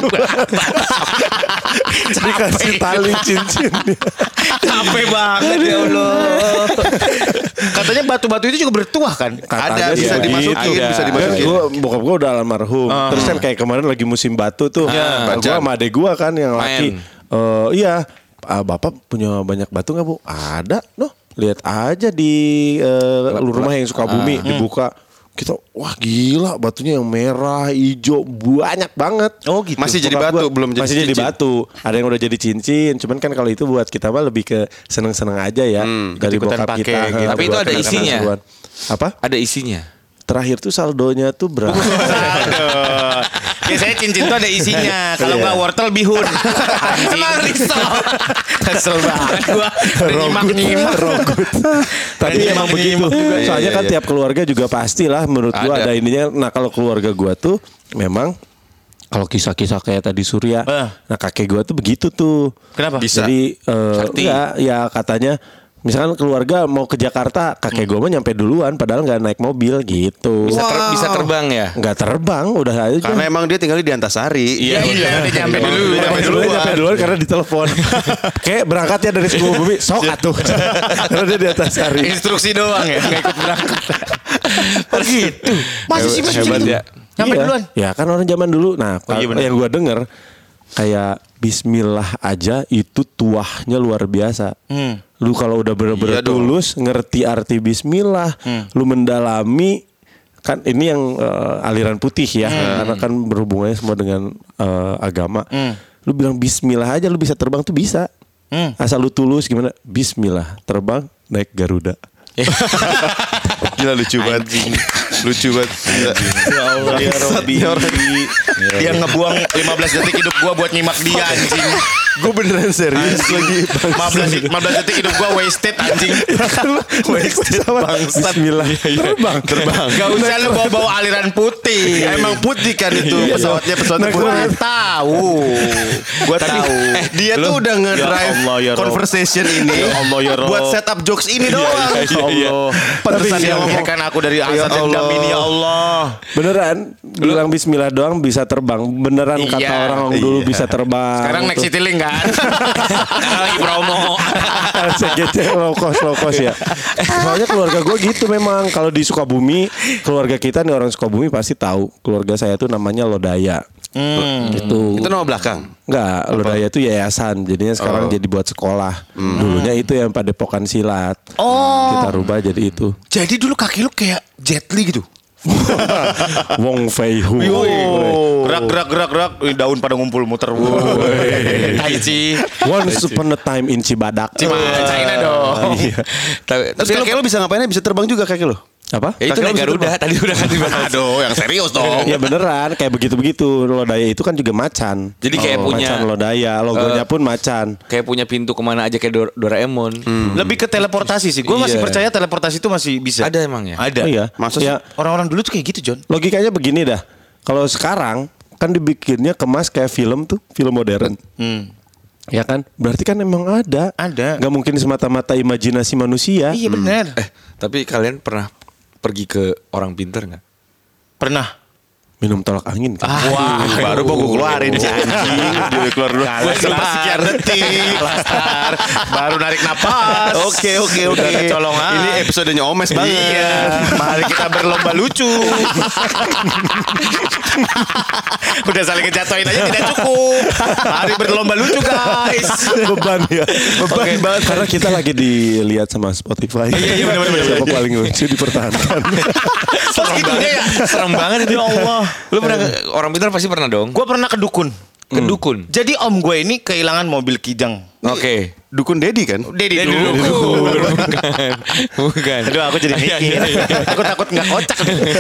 Speaker 2: Dikasih tali cincin.
Speaker 1: Capek banget ya Allah. Katanya batu-batu itu juga bertuah kan?
Speaker 3: Ada, bisa
Speaker 2: sih
Speaker 3: dimasukin,
Speaker 2: begitu.
Speaker 3: bisa
Speaker 2: Kan
Speaker 3: dimasukin.
Speaker 2: gua bokap gua udah almarhum. Terus kan kayak kemarin lagi musim batu tuh.
Speaker 3: Iya.
Speaker 2: Gua sama adek gua kan yang laki.
Speaker 4: Main.
Speaker 2: Eh, iya. Ah, Bapak punya banyak batu nggak bu? Ada, noh. Lihat aja di eh, rumah yang suka bumi dibuka. Kita wah gila batunya yang merah, hijau banyak banget.
Speaker 1: Oh gitu.
Speaker 3: Masih jadi
Speaker 2: Bokap
Speaker 3: batu,
Speaker 2: gua
Speaker 3: belum jadi
Speaker 2: masih jadi
Speaker 3: cincin.
Speaker 2: batu. Ada yang udah jadi cincin. Cuman kan kalau itu buat kita mah lebih ke seneng-seneng aja ya dari
Speaker 1: ikut-ikutan
Speaker 2: bokap
Speaker 1: pakai
Speaker 2: kita.
Speaker 1: gitu.
Speaker 4: Tapi itu ada isinya.
Speaker 2: Apa?
Speaker 4: Ada isinya.
Speaker 2: Terakhir tuh saldonya tuh berapa?
Speaker 1: Aduh. Biasanya cincin tuh ada isinya. Kalau
Speaker 2: Iya.
Speaker 1: nggak wortel bihun. Emang risol. Kesel banget gua. Nyimak-nyimak.
Speaker 2: Tapi
Speaker 1: Dan
Speaker 2: emang
Speaker 1: emang
Speaker 2: begitu.
Speaker 1: juga.
Speaker 2: Soalnya
Speaker 3: Iya,
Speaker 2: kan
Speaker 3: iya.
Speaker 2: tiap keluarga juga pastilah menurut gua
Speaker 3: Ada.
Speaker 2: ada ininya. Nah kalau keluarga gua tuh memang kalau kisah-kisah kayak tadi Surya,
Speaker 1: Eh.
Speaker 2: nah kakek gua tuh begitu tuh.
Speaker 1: Kenapa?
Speaker 3: Bisa.
Speaker 2: Jadi eh,
Speaker 4: Sakti.
Speaker 2: enggak, ya katanya misalkan keluarga mau ke Jakarta, kakek gua mah nyampe duluan padahal nggak naik mobil gitu.
Speaker 4: Bisa, ter-
Speaker 3: Wow.
Speaker 4: bisa terbang ya?
Speaker 2: Nggak terbang, udah aja.
Speaker 3: Karena emang dia tinggal di Antasari.
Speaker 4: Iya,
Speaker 1: Iya, udah nyampe
Speaker 3: Emang
Speaker 1: dulu.
Speaker 3: udah
Speaker 1: Nyampe
Speaker 2: Nyampe
Speaker 1: dulu.
Speaker 2: duluan, nyampe duluan karena ditelepon. Kayak berangkat ya dari Sukabumi, sok atuh. Karena dia di atas hari.
Speaker 1: Instruksi doang ya, nggak ikut berangkat. Oh gitu. Masih sih masih
Speaker 4: Hebat
Speaker 1: gitu.
Speaker 4: ya.
Speaker 1: Nyampe
Speaker 2: Iya.
Speaker 1: duluan.
Speaker 2: Ya kan orang zaman dulu. Nah,
Speaker 1: Oh, iya benar.
Speaker 2: yang gua denger kayak Bismillah aja itu tuahnya luar biasa.
Speaker 1: Hmm.
Speaker 2: Lu kalau udah bener-bener
Speaker 3: Iya dong.
Speaker 2: tulus, ngerti arti Bismillah, lu mendalami kan ini yang eh, aliran putih ya, karena kan berhubungannya semua dengan eh, agama. Lu bilang Bismillah aja, lu bisa terbang tuh bisa.
Speaker 1: Hmm.
Speaker 2: Asal lu tulus gimana? Bismillah, terbang naik Garuda.
Speaker 3: Gila lucu banget. Lucu banget. Gila.
Speaker 1: Ya Allah ya Robby. Dia ngebuang lima belas detik hidup gua buat nyimak dia anjing.
Speaker 3: Gue beneran serius lagi.
Speaker 1: lima belas lima belas detik hidup gua wasted anjing.
Speaker 2: Wasted bangsat. Bismillah, terbang.
Speaker 3: Terbang.
Speaker 1: Gak usah lu bawa-bawa aliran putih.
Speaker 3: Emang putih kan itu
Speaker 2: Iya.
Speaker 3: pesawatnya pesawat
Speaker 2: Nah,
Speaker 3: putih.
Speaker 1: Gua tahu. Gua tahu.
Speaker 3: Eh, dia tuh udah ngedrive
Speaker 1: Ya Allah, ya Rob.
Speaker 3: conversation ini
Speaker 1: Ya Allah, ya Rob.
Speaker 3: buat setup jokes ini doang.
Speaker 1: Ya Allah.
Speaker 3: Pantesan dia ngomong.
Speaker 1: Menyelamatkan aku dari
Speaker 3: Ya
Speaker 1: azab dendam
Speaker 3: Allah.
Speaker 1: ini ya Allah.
Speaker 2: Beneran bilang Bismillah doang bisa terbang. Beneran
Speaker 1: Iya.
Speaker 2: kata orang dulu
Speaker 3: Iya.
Speaker 2: bisa terbang.
Speaker 1: Sekarang naik Citylink kan. Sekarang lagi promo.
Speaker 2: C G C low cost low cost ya. Soalnya keluarga gue gitu memang. Kalau di Sukabumi, keluarga kita nih orang Sukabumi pasti tahu. Keluarga saya tuh namanya Lodaya. Gitu.
Speaker 3: Itu nama belakang.
Speaker 2: Enggak, Lodaya itu yayasan. Jadinya sekarang jadi buat sekolah. Dulunya itu yang padepokan silat.
Speaker 1: Oh.
Speaker 2: Kita rubah jadi itu.
Speaker 1: Jadi dulu kaki lu kayak Jet Li gitu.
Speaker 2: Wong Fei Hu.
Speaker 1: Gerak gerak gerak gerak daun pada ngumpul muter. Tai Chi.
Speaker 2: Once upon a time in Cibadak.
Speaker 1: Cima China dong.
Speaker 2: Iya.
Speaker 4: Tapi,
Speaker 3: Terus
Speaker 4: tapi
Speaker 3: kakek lo bisa ngapain? Bisa terbang juga kakek lo?
Speaker 2: Apa?
Speaker 4: ya itu
Speaker 3: kakek
Speaker 4: naik
Speaker 3: lu bisa
Speaker 4: Garuda tadi udah kan dibahas.
Speaker 3: Aduh, yang serius dong.
Speaker 2: Ya beneran kayak begitu-begitu. Lodaya itu kan juga macan.
Speaker 4: Jadi kayak punya-
Speaker 2: macan Lodaya, logonya pun macan.
Speaker 4: Kayak punya pintu kemana aja kayak Dor- Doraemon.
Speaker 1: Lebih ke teleportasi sih. Gue masih
Speaker 4: Iya.
Speaker 1: percaya teleportasi itu masih bisa.
Speaker 4: Ada emang ya?
Speaker 1: Ada.
Speaker 2: Oh iya.
Speaker 3: Masa
Speaker 2: Ya,
Speaker 1: Orang-orang dulu tuh kayak gitu, John.
Speaker 2: logikanya begini dah. Kalau sekarang kan dibikinnya kemas kayak film tuh, film modern.
Speaker 1: Hmm.
Speaker 2: Ya kan? Berarti kan emang ada.
Speaker 1: Ada.
Speaker 2: Gak mungkin semata-mata imajinasi manusia.
Speaker 1: Iya benar.
Speaker 4: Eh, tapi kalian pernah pergi ke orang pinter nggak?
Speaker 1: Pernah.
Speaker 2: minum tolak angin kan.
Speaker 3: Wah, baru mau gue keluarin si anjing. Dia keluar dulu.
Speaker 1: Gue selama sekian detik. Lastar. Baru narik napas.
Speaker 3: Oke, oke, oke.
Speaker 1: Udah kecolongan.
Speaker 3: Ini episodenya Omes banget.
Speaker 1: Iya. Mari kita berlomba lucu. Udah saling ngejatuhin aja tidak cukup. Mari berlomba lucu guys.
Speaker 2: Beban ya. Beban banget. Karena kita lagi dilihat sama Spotify.
Speaker 1: Iya, iya, benar-benar.
Speaker 2: Siapa paling lucu dipertahankan.
Speaker 1: Serem banget ya.
Speaker 4: Serem banget itu.
Speaker 1: Ya Allah.
Speaker 4: Lu pernah orang pintar pasti pernah dong.
Speaker 1: Gue pernah ke dukun.
Speaker 4: Ke dukun.
Speaker 1: Jadi om gue ini kehilangan mobil kijang.
Speaker 4: Oke.
Speaker 3: Dukun Dedi kan?
Speaker 1: Dedi
Speaker 4: Dedi
Speaker 1: dukun.
Speaker 4: dukun. Bukan. Bukan.
Speaker 1: Aduh aku jadi
Speaker 4: Iya,
Speaker 1: mikir.
Speaker 4: iya, iya.
Speaker 1: Aku takut gak kocak.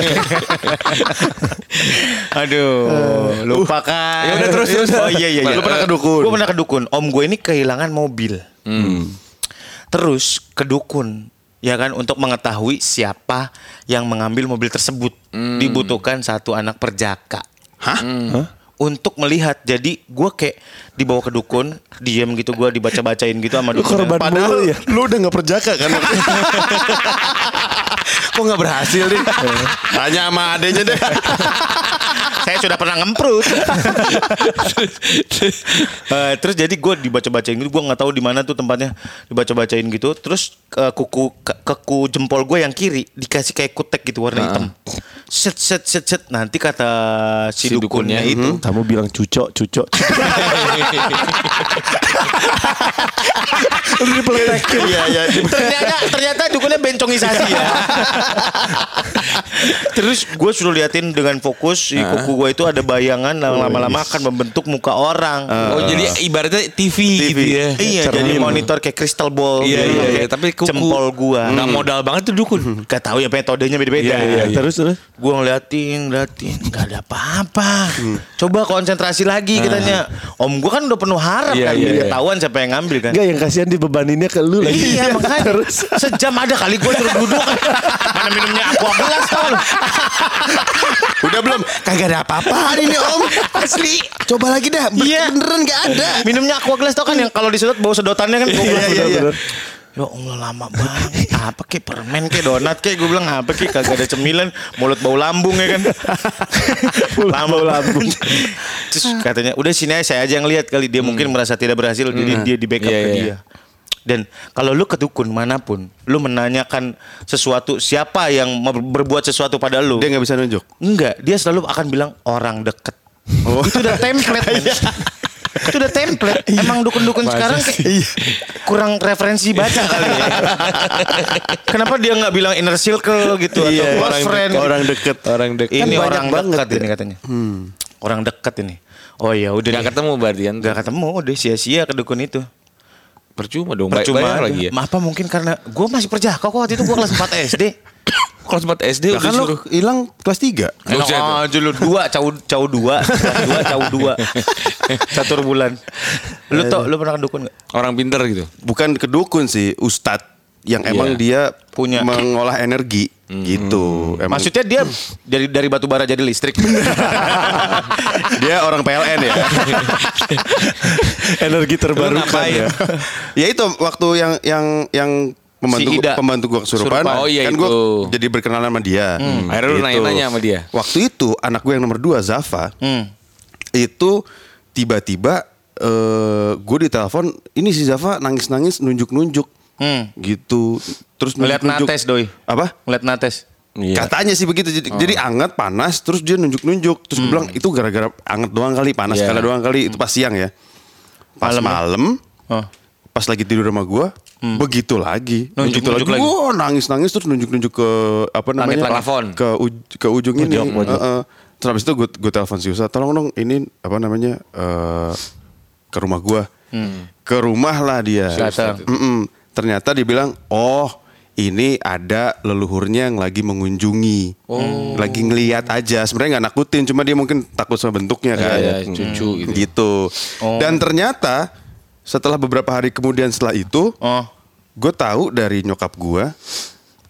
Speaker 1: Aduh, lupa kan.
Speaker 4: Ya udah, terus, terus.
Speaker 1: Oh iya iya iya.
Speaker 3: Lu pernah ke dukun?
Speaker 1: Gue pernah ke dukun. Om gue ini kehilangan mobil.
Speaker 4: Hmm.
Speaker 1: Terus ke dukun. Ya kan, untuk mengetahui siapa yang mengambil mobil tersebut.
Speaker 4: Hmm.
Speaker 1: Dibutuhkan satu anak perjaka.
Speaker 3: Hah?
Speaker 2: Hah?
Speaker 1: Untuk melihat. Jadi gue kayak dibawa ke dukun, diem gitu, gue dibaca-bacain gitu sama
Speaker 2: Lu
Speaker 1: dukun.
Speaker 2: korban
Speaker 3: Padahal
Speaker 2: mulu ya.
Speaker 3: lu udah gak perjaka kan? Kok gak berhasil nih? Tanya sama adenya deh.
Speaker 1: Saya sudah pernah ngemprut. Eh, terus jadi gue dibaca-bacain gitu, gue nggak tahu di mana tuh tempatnya, dibaca-bacain gitu. Terus eh, kuku ke- keku jempol gue yang kiri dikasih kayak kutek gitu warna hitam. Set set set set. Nanti kata si,
Speaker 4: Si
Speaker 1: dukunnya
Speaker 4: dukunnya,
Speaker 1: itu,
Speaker 2: Kamu bilang cucok, cucok. Udah dipeletekin.
Speaker 3: Iya, iya.
Speaker 1: ternyata ternyata dukunnya bencongisasi ya. Terus gue suruh liatin dengan fokus si kuku gue itu ada bayangan yang lama-lama akan membentuk muka orang.
Speaker 4: Oh jadi ibaratnya T V, gitu ya.
Speaker 1: Iya, jadi monitor kayak crystal ball.
Speaker 4: Iya,
Speaker 1: gitu.
Speaker 4: iya, iya.
Speaker 1: Kayak
Speaker 4: Tapi kuku
Speaker 1: jempol gua.
Speaker 4: nggak modal banget tuh dukun.
Speaker 1: Gak tahu ya metodenya beda-beda.
Speaker 2: Iya, iya, iya. Terus, terus?
Speaker 1: Gua ngeliatin, ngeliatin, nggak ada apa-apa. Coba konsentrasi lagi katanya. Om gua kan udah penuh harap
Speaker 4: Iya,
Speaker 1: kan,
Speaker 4: iya,
Speaker 1: biar
Speaker 4: iya.
Speaker 1: ketahuan siapa yang ngambil kan.
Speaker 2: Enggak, yang kasihan dibebaninnya ke lu lagi.
Speaker 1: Iya makanya
Speaker 2: Terus.
Speaker 1: sejam ada kali gue suruh duduk. Mana minumnya aqua gelas tau.
Speaker 3: Udah belum? Kagak ada apa-apa ini Om.
Speaker 1: Asli.
Speaker 3: Coba lagi dah. Ber-
Speaker 1: Iya.
Speaker 3: Beneran gak ada.
Speaker 1: Minumnya aqua gelas tau kan yang kalau disedot bau sedotannya kan. Gua bilang,
Speaker 3: Iya, iya, iya.
Speaker 1: Ya Allah lama banget. Apa kek permen kek donat kek. Gue bilang apa kek kagak ada cemilan. Mulut bau lambung ya kan. Lama lambung. Terus katanya udah sini aja saya aja yang lihat kali. Dia mungkin merasa tidak berhasil. Jadi dia di backup
Speaker 4: Iya,
Speaker 1: ke
Speaker 4: iya.
Speaker 1: dia. Dan kalau lu ke dukun manapun, lu menanyakan sesuatu siapa yang mau berbuat sesuatu pada lu,
Speaker 3: Dia gak bisa nunjuk.
Speaker 1: enggak, dia selalu akan bilang orang deket. Itu udah template. men. Itu udah template. Emang dukun-dukun sekarang kayak kurang referensi baca kali ya. Kenapa dia nggak bilang inner circle gitu atau close
Speaker 3: orang
Speaker 1: friend?
Speaker 3: deket, orang deket.
Speaker 4: Orang dek.
Speaker 1: Ini
Speaker 3: Kan
Speaker 1: orang
Speaker 3: banyak banget
Speaker 1: dekat
Speaker 3: ya.
Speaker 1: ini katanya. Orang dekat ini. Oh ya udah.
Speaker 4: Nggak
Speaker 1: nih.
Speaker 4: ketemu berarti kan?
Speaker 1: Nggak ketemu, udah sia-sia ke dukun itu.
Speaker 4: Percuma dong.
Speaker 1: Percuma
Speaker 4: Bayar
Speaker 1: aja.
Speaker 4: lagi ya.
Speaker 1: Ma, apa mungkin karena gue masih perjaka kok waktu itu gue kelas empat S D.
Speaker 4: Kelas empat S D
Speaker 3: Nah,
Speaker 4: udah
Speaker 3: kan lu
Speaker 4: suruh.
Speaker 3: hilang kelas tiga.
Speaker 1: Enak
Speaker 4: Buset.
Speaker 1: aja lu dua, caw caw dua, kelas dua, caw dua, catur bulan. Lu tau, lu pernah ke dukun nggak?
Speaker 4: Orang pinter gitu.
Speaker 3: Bukan ke dukun sih, ustadz yang emang
Speaker 4: Iya.
Speaker 3: dia
Speaker 1: Punya.
Speaker 3: mengolah energi gitu. Emang
Speaker 1: Maksudnya dia dari dari batu bara jadi listrik.
Speaker 3: dia orang P L N ya.
Speaker 2: Energi terbarukan
Speaker 4: ngapain?
Speaker 2: ya.
Speaker 3: Ya itu waktu yang yang yang pembantu
Speaker 1: Si Ida.
Speaker 3: pembantu gua kesurupan.
Speaker 1: Kesurupan.
Speaker 4: Oh, iya
Speaker 3: kan
Speaker 4: itu.
Speaker 3: gua jadi berkenalan sama dia.
Speaker 4: Akhirnya lu nanya-nanya sama dia.
Speaker 3: Waktu itu anak gue yang nomor dua Zafa
Speaker 1: Hmm.
Speaker 3: itu tiba-tiba eh gue ditelepon, ini si Zafa nangis-nangis nunjuk-nunjuk
Speaker 1: Hmm.
Speaker 3: gitu. Terus
Speaker 1: Ngeliat
Speaker 3: nunjuk-nunjuk.
Speaker 1: nates doi.
Speaker 3: Apa?
Speaker 1: Ngeliat nates.
Speaker 2: Iya.
Speaker 3: Katanya sih begitu. Jadi, jadi anget, panas, terus dia nunjuk-nunjuk. Terus gue bilang itu gara-gara anget doang kali, panas
Speaker 4: Iya.
Speaker 3: karena doang kali. Itu pas siang ya. Pas
Speaker 1: Malam ya?
Speaker 3: malam,
Speaker 1: Oh.
Speaker 3: pas lagi tidur sama gue, begitu lagi.
Speaker 1: Nunjuk-
Speaker 3: begitu
Speaker 1: nunjuk lagi.
Speaker 3: Wah, nangis-nangis terus nunjuk-nunjuk ke apa namanya?
Speaker 4: Langit plafon.
Speaker 3: Ke uj- ke ujung ini.
Speaker 2: Pojok, pojok.
Speaker 3: Heeh. Terus habis itu gue gue telepon si Usa, tolong dong ini apa namanya? eh, ke rumah gue. Ke rumah lah dia.
Speaker 1: Datang.
Speaker 3: Mm-mm. Ternyata dia bilang, oh ini ada leluhurnya yang lagi mengunjungi,
Speaker 1: Oh.
Speaker 3: lagi ngeliat aja. Sebenarnya nggak nakutin, cuma dia mungkin takut sama bentuknya kan.
Speaker 4: Iya, iya, cucu gitu.
Speaker 3: Gitu.
Speaker 1: Oh.
Speaker 3: Dan ternyata setelah beberapa hari kemudian setelah itu,
Speaker 1: Oh.
Speaker 3: gue tahu dari nyokap gue,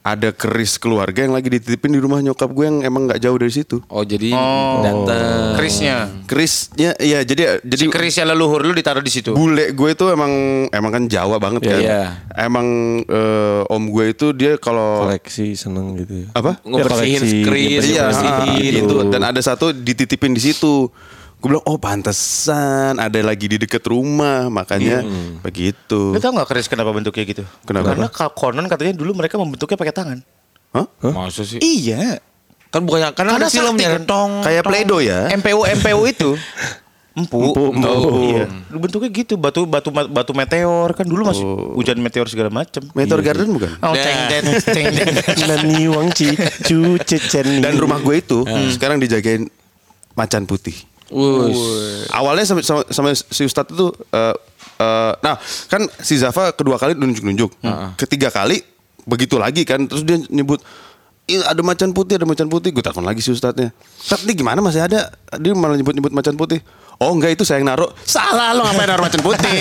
Speaker 3: ada keris keluarga yang lagi dititipin di rumah nyokap gue yang emang nggak jauh dari situ.
Speaker 4: Oh jadi
Speaker 1: Oh.
Speaker 4: datang.
Speaker 1: Kerisnya.
Speaker 3: Kerisnya, ya jadi jadi
Speaker 1: Si kerisnya leluhur lu ditaruh di situ.
Speaker 3: bule gue itu emang emang kan Jawa banget kan.
Speaker 4: Iya.
Speaker 3: Emang eh, om gue itu dia kalau
Speaker 2: Koleksi seneng gitu ya.
Speaker 3: apa?
Speaker 4: Ngebersihin
Speaker 2: koleksi,
Speaker 4: keris,
Speaker 3: Iya,
Speaker 4: ngebersihin.
Speaker 3: itu. Dan ada satu dititipin di situ. Gue bilang, oh pantesan ada lagi di deket rumah, makanya begitu.
Speaker 1: Lu tau gak keris kenapa bentuknya gitu?
Speaker 3: Kenapa?
Speaker 1: Karena ka- konon katanya dulu mereka membentuknya pakai tangan.
Speaker 3: Hah?
Speaker 4: Masa sih?
Speaker 1: Iya.
Speaker 4: Kan bukannya kan ada filmnya
Speaker 1: sakti kan.
Speaker 4: tong.
Speaker 3: Kayak Play-Doh ya?
Speaker 1: M P U M P U itu. Empu.
Speaker 2: Empu, empu.
Speaker 1: Oh, iya. Lu bentuknya gitu, batu batu batu meteor kan dulu masih hujan meteor segala macam.
Speaker 3: Meteor Garden bukan?
Speaker 1: Oh,
Speaker 4: Nah.
Speaker 1: ceng ceng ceng ceng.
Speaker 2: Nani Wang Ci Cu Cecen.
Speaker 3: Dan rumah gue itu sekarang dijagain macan putih.
Speaker 4: Wush.
Speaker 3: Awalnya sama, sama, sama si Ustadz itu, eh, eh, nah kan si Zafa kedua kali nunjuk-nunjuk, ketiga kali begitu lagi kan, terus dia nyebut, "Ih, ada macan putih, ada macan putih." Gue telepon lagi si Ustadznya, "Ustadz ini gimana masih ada?" Dia malah nyebut-nyebut macan putih. "Oh enggak, itu saya yang naruh." "Salah, lo ngapain naruh macan putih?"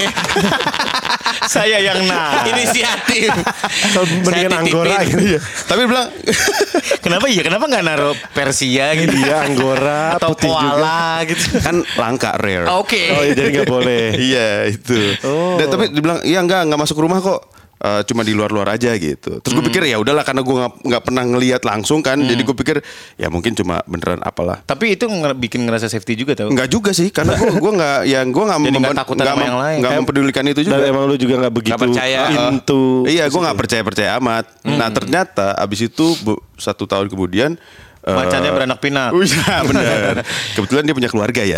Speaker 1: Saya yang nah.
Speaker 4: Inisiatif.
Speaker 2: Mendingan Anggora gitu ya.
Speaker 3: Tapi dia bilang,
Speaker 1: Kenapa iya? Kenapa nggak naruh Persia gitu?
Speaker 2: Iya, Anggora
Speaker 1: Atau
Speaker 2: putih juga.
Speaker 1: koala gitu.
Speaker 3: kan langka, rare.
Speaker 1: Oke.
Speaker 2: Oh iya, jadi nggak boleh.
Speaker 3: Iya itu. Dan tapi dibilang iya enggak enggak masuk rumah kok. Eh, cuma di luar-luar aja gitu. Terus gue pikir ya udahlah karena gue nggak nggak pernah ngelihat langsung kan. Jadi gue pikir ya mungkin cuma beneran apalah.
Speaker 1: Tapi itu nge- bikin ngerasa safety juga tau.
Speaker 3: Enggak juga sih karena gue gue nggak yang gue nggak
Speaker 1: Jadi nggak
Speaker 3: mempen-
Speaker 1: takutan
Speaker 3: nggak
Speaker 1: sama
Speaker 3: mem-
Speaker 1: yang lain.
Speaker 3: nggak
Speaker 2: Em-
Speaker 3: mempedulikan itu juga.
Speaker 2: Dan emang lu juga nggak begitu
Speaker 4: percaya.
Speaker 2: into.
Speaker 3: Iya gue nggak percaya percaya amat. Nah ternyata abis itu bu- satu tahun kemudian eh,
Speaker 1: Macannya beranak pinak.
Speaker 3: Oh iya benar. Kebetulan dia punya keluarga ya.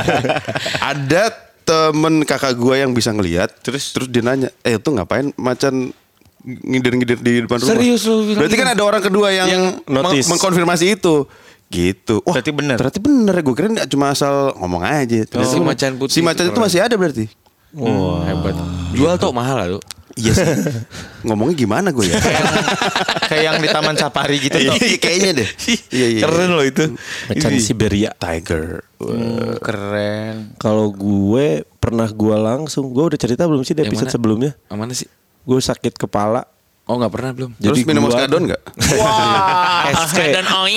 Speaker 3: Ada temen kakak gue yang bisa ngelihat. Terus terus dia nanya, eh itu ngapain macan ngider-ngider di depan rumah?
Speaker 4: Serius lu bilang
Speaker 3: Berarti kan ada orang kedua yang, meng-
Speaker 2: notice.
Speaker 3: mengkonfirmasi itu. Gitu. Wah,
Speaker 1: Berarti bener.
Speaker 3: Berarti bener. Gue kira nggak cuma asal ngomong aja. Ternyata
Speaker 4: si
Speaker 3: bener.
Speaker 4: macan putih
Speaker 3: Si macan
Speaker 4: itu
Speaker 3: itu masih ada berarti.
Speaker 4: Wah, hebat. Jual tuh mahal lah, lu.
Speaker 3: Iya sih. Ngomongnya gimana gue ya?
Speaker 1: Kayak yang di Taman Safari gitu tau.
Speaker 3: Iya kayaknya deh. Iya iya.
Speaker 4: Keren loh itu.
Speaker 2: Macan Siberia.
Speaker 3: Tiger.
Speaker 1: Hmm, keren.
Speaker 2: Kalau gue pernah gue langsung, gue udah cerita belum sih di
Speaker 4: Yang
Speaker 2: episode
Speaker 4: mana?
Speaker 2: sebelumnya?
Speaker 4: Mana sih?
Speaker 2: Gue sakit kepala.
Speaker 4: Oh nggak pernah belum.
Speaker 3: Terus
Speaker 2: Jadi
Speaker 3: minum
Speaker 2: gua-
Speaker 3: oskadon nggak?
Speaker 1: Wah.
Speaker 2: S P.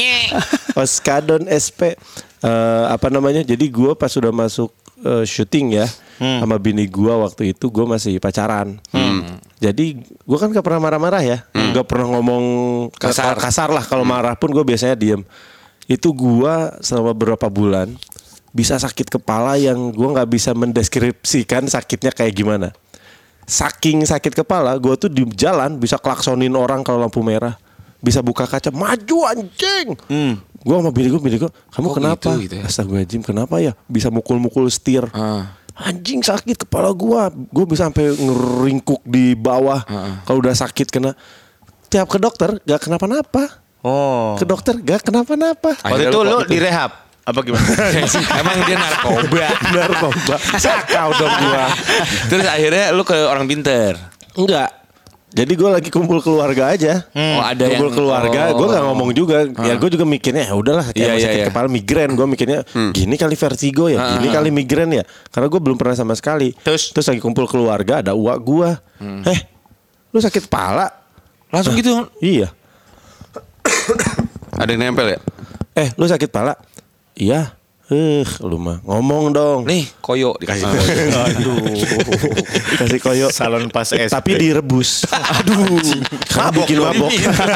Speaker 2: Oskadon S P. Eh, apa namanya? Jadi gue pas sudah masuk eh, syuting ya sama bini gue waktu itu gue masih pacaran. Jadi gue kan gak pernah marah-marah ya, gak pernah ngomong
Speaker 4: Kasar.
Speaker 2: kasar, kasar lah. Kalau marah pun gue biasanya diem. Itu gue selama beberapa bulan bisa sakit kepala yang gue nggak bisa mendeskripsikan sakitnya kayak gimana. Saking sakit kepala, gue tuh di jalan bisa klaksonin orang kalau lampu merah, bisa buka kaca, maju anjing. Gue sama bini gue, bini gue, kamu
Speaker 4: Kok
Speaker 2: kenapa?
Speaker 4: gitu, gitu ya?
Speaker 2: Astagfirullahaladzim, kenapa ya? Bisa mukul-mukul setir.
Speaker 4: Ah.
Speaker 2: Anjing sakit kepala gue, gue bisa sampai ngeringkuk di bawah. Kalau udah sakit kena, tiap ke dokter gak kenapa-napa.
Speaker 1: Oh.
Speaker 2: Ke dokter gak kenapa-napa.
Speaker 1: Waktu
Speaker 4: Akhirnya
Speaker 1: itu
Speaker 4: lu
Speaker 1: lu
Speaker 4: kok gitu?
Speaker 1: direhab apa gimana?
Speaker 4: Emang dia narkoba.
Speaker 2: Narkoba. Sakau dong gue.
Speaker 4: Terus akhirnya lu ke orang pinter.
Speaker 2: Enggak. Jadi gue lagi kumpul keluarga aja.
Speaker 4: Oh, ada
Speaker 2: kumpul
Speaker 4: yang-
Speaker 2: keluarga,
Speaker 4: oh.
Speaker 2: gue nggak ngomong juga. Ya gue juga mikirnya ya udahlah kayak
Speaker 4: Iya,
Speaker 2: mau
Speaker 4: iya,
Speaker 2: sakit
Speaker 4: iya.
Speaker 2: kepala migrain. Gue mikirnya gini kali vertigo ya, gini kali migrain ya. Karena gue belum pernah sama sekali.
Speaker 1: Terus?
Speaker 2: terus lagi kumpul keluarga ada uak gue. Eh, lu sakit kepala?
Speaker 4: Langsung gitu.
Speaker 2: Iya.
Speaker 3: Ada yang nempel ya?
Speaker 2: Eh, lu sakit kepala? Iya. Eh, lu mah ngomong dong.
Speaker 4: Nih, koyo dikasih koyo.
Speaker 2: Aduh. Kasih koyo.
Speaker 1: Salon pas S P.
Speaker 2: Tapi direbus. Aduh. Karena bikin mabok.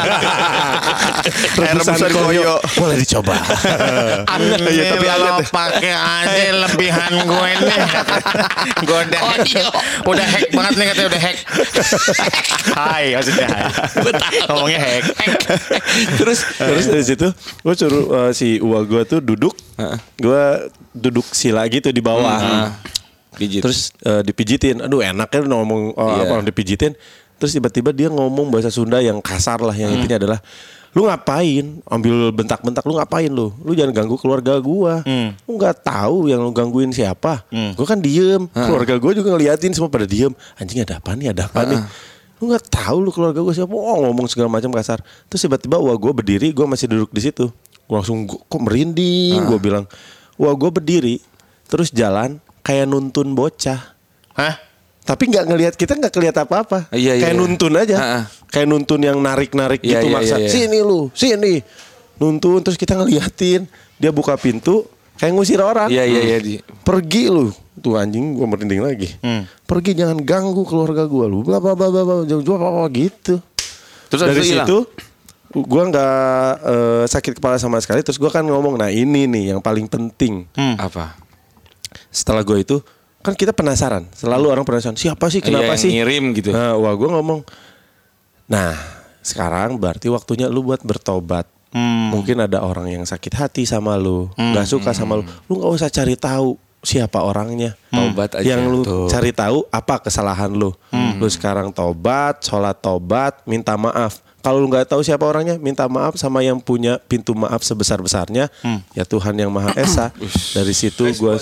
Speaker 3: Rebusan koyo.
Speaker 2: Boleh dicoba.
Speaker 1: Aneh
Speaker 3: Iya, tapi
Speaker 1: tapi
Speaker 3: anget
Speaker 1: lo
Speaker 3: ya.
Speaker 1: pakai aja lebihan gue nih. Gue udah udah hack banget nih katanya udah hack. Hai maksudnya hai. Ngomongnya hack.
Speaker 2: Terus terus dari situ gue suruh uh, si uang gue tuh duduk. Gue duduk sila gitu di bawah.
Speaker 4: Pijit.
Speaker 2: Terus uh, dipijitin. Aduh enaknya ngomong uh,
Speaker 4: Iya.
Speaker 2: apa orang dipijitin. Terus tiba-tiba dia ngomong bahasa Sunda yang kasar lah, yang intinya adalah lu ngapain ambil bentak-bentak, lu ngapain lu lu jangan ganggu keluarga gua. Lu nggak tahu yang lu gangguin siapa. Gua kan diem, keluarga gua juga ngeliatin semua pada diem. Anjing ada apa nih, ada apa nih. Lu nggak tahu lu keluarga gua siapa. Oh ngomong segala macam kasar. Terus tiba-tiba wah gua berdiri, gua masih duduk di situ. Gua langsung gua, kok merinding. Gua bilang wah gua berdiri terus jalan kayak nuntun bocah.
Speaker 1: Hah?
Speaker 2: Tapi nggak ngelihat kita nggak kelihatan apa-apa.
Speaker 4: Iya, iya,
Speaker 2: Kayak
Speaker 4: iya.
Speaker 2: nuntun aja.
Speaker 4: Ha-ha.
Speaker 2: Kayak nuntun yang narik-narik
Speaker 4: Iya,
Speaker 2: gitu
Speaker 4: iya,
Speaker 2: maksa.
Speaker 4: iya, iya.
Speaker 2: Sini lu, sini. Nuntun terus kita ngeliatin. Dia buka pintu kayak ngusir orang.
Speaker 4: Iya iya iya di.
Speaker 2: Pergi lu. Tuh anjing gua merinding lagi.
Speaker 1: Hmm.
Speaker 2: Pergi jangan ganggu keluarga gua lu. Bla bla bla bla bla jauh apa gitu.
Speaker 3: Terus
Speaker 2: Dari
Speaker 3: habis itu hilang?
Speaker 2: situ gua nggak eh, sakit kepala sama sekali. Terus gua kan ngomong, nah ini nih yang paling penting.
Speaker 4: Apa?
Speaker 2: Setelah gua itu kan kita penasaran. Selalu orang penasaran. Siapa sih? Kenapa
Speaker 4: Iya, yang
Speaker 2: sih?
Speaker 4: ngirim gitu.
Speaker 2: Nah, wah gua ngomong. Nah sekarang berarti waktunya lu buat bertobat. Mungkin ada orang yang sakit hati sama lu, nggak suka sama lu. Lu nggak usah cari tahu siapa orangnya.
Speaker 4: Taubat aja.
Speaker 2: Yang lu
Speaker 4: Tuh.
Speaker 2: cari tahu apa kesalahan lu. Lu sekarang tobat, sholat tobat, minta maaf. Kalau lu nggak tahu siapa orangnya, minta maaf sama yang punya pintu maaf sebesar-besarnya, ya Tuhan yang Maha Esa. Dari situ gue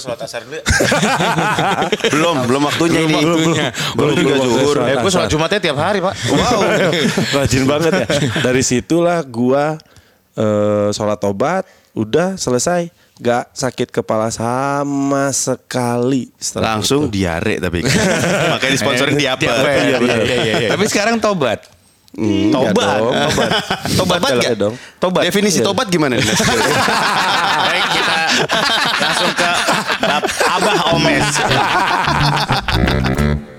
Speaker 3: belum, belum waktunya ini.
Speaker 2: belum, belum.
Speaker 3: Baru juga
Speaker 2: Belum,
Speaker 3: zuhur.
Speaker 2: belum.
Speaker 1: Eh, gue sholat Jumatnya tiap hari pak.
Speaker 2: Wow, rajin banget ya. Dari situlah gua eh, sholat tobat, udah selesai, gak sakit kepala sama sekali. Setelah
Speaker 3: Langsung
Speaker 2: itu.
Speaker 3: diare tapi. Makanya disponsorin di apa?
Speaker 2: Iya, benar.
Speaker 4: Tapi sekarang tobat.
Speaker 2: Hmm,
Speaker 1: Tobat.
Speaker 2: ya dong, tobat.
Speaker 3: Tobat
Speaker 2: Tobat
Speaker 3: nggak?
Speaker 2: ya dong.
Speaker 1: Tobat.
Speaker 3: Definisi
Speaker 2: Iya.
Speaker 3: tobat gimana?
Speaker 1: Baik kita langsung ke Abah Omes.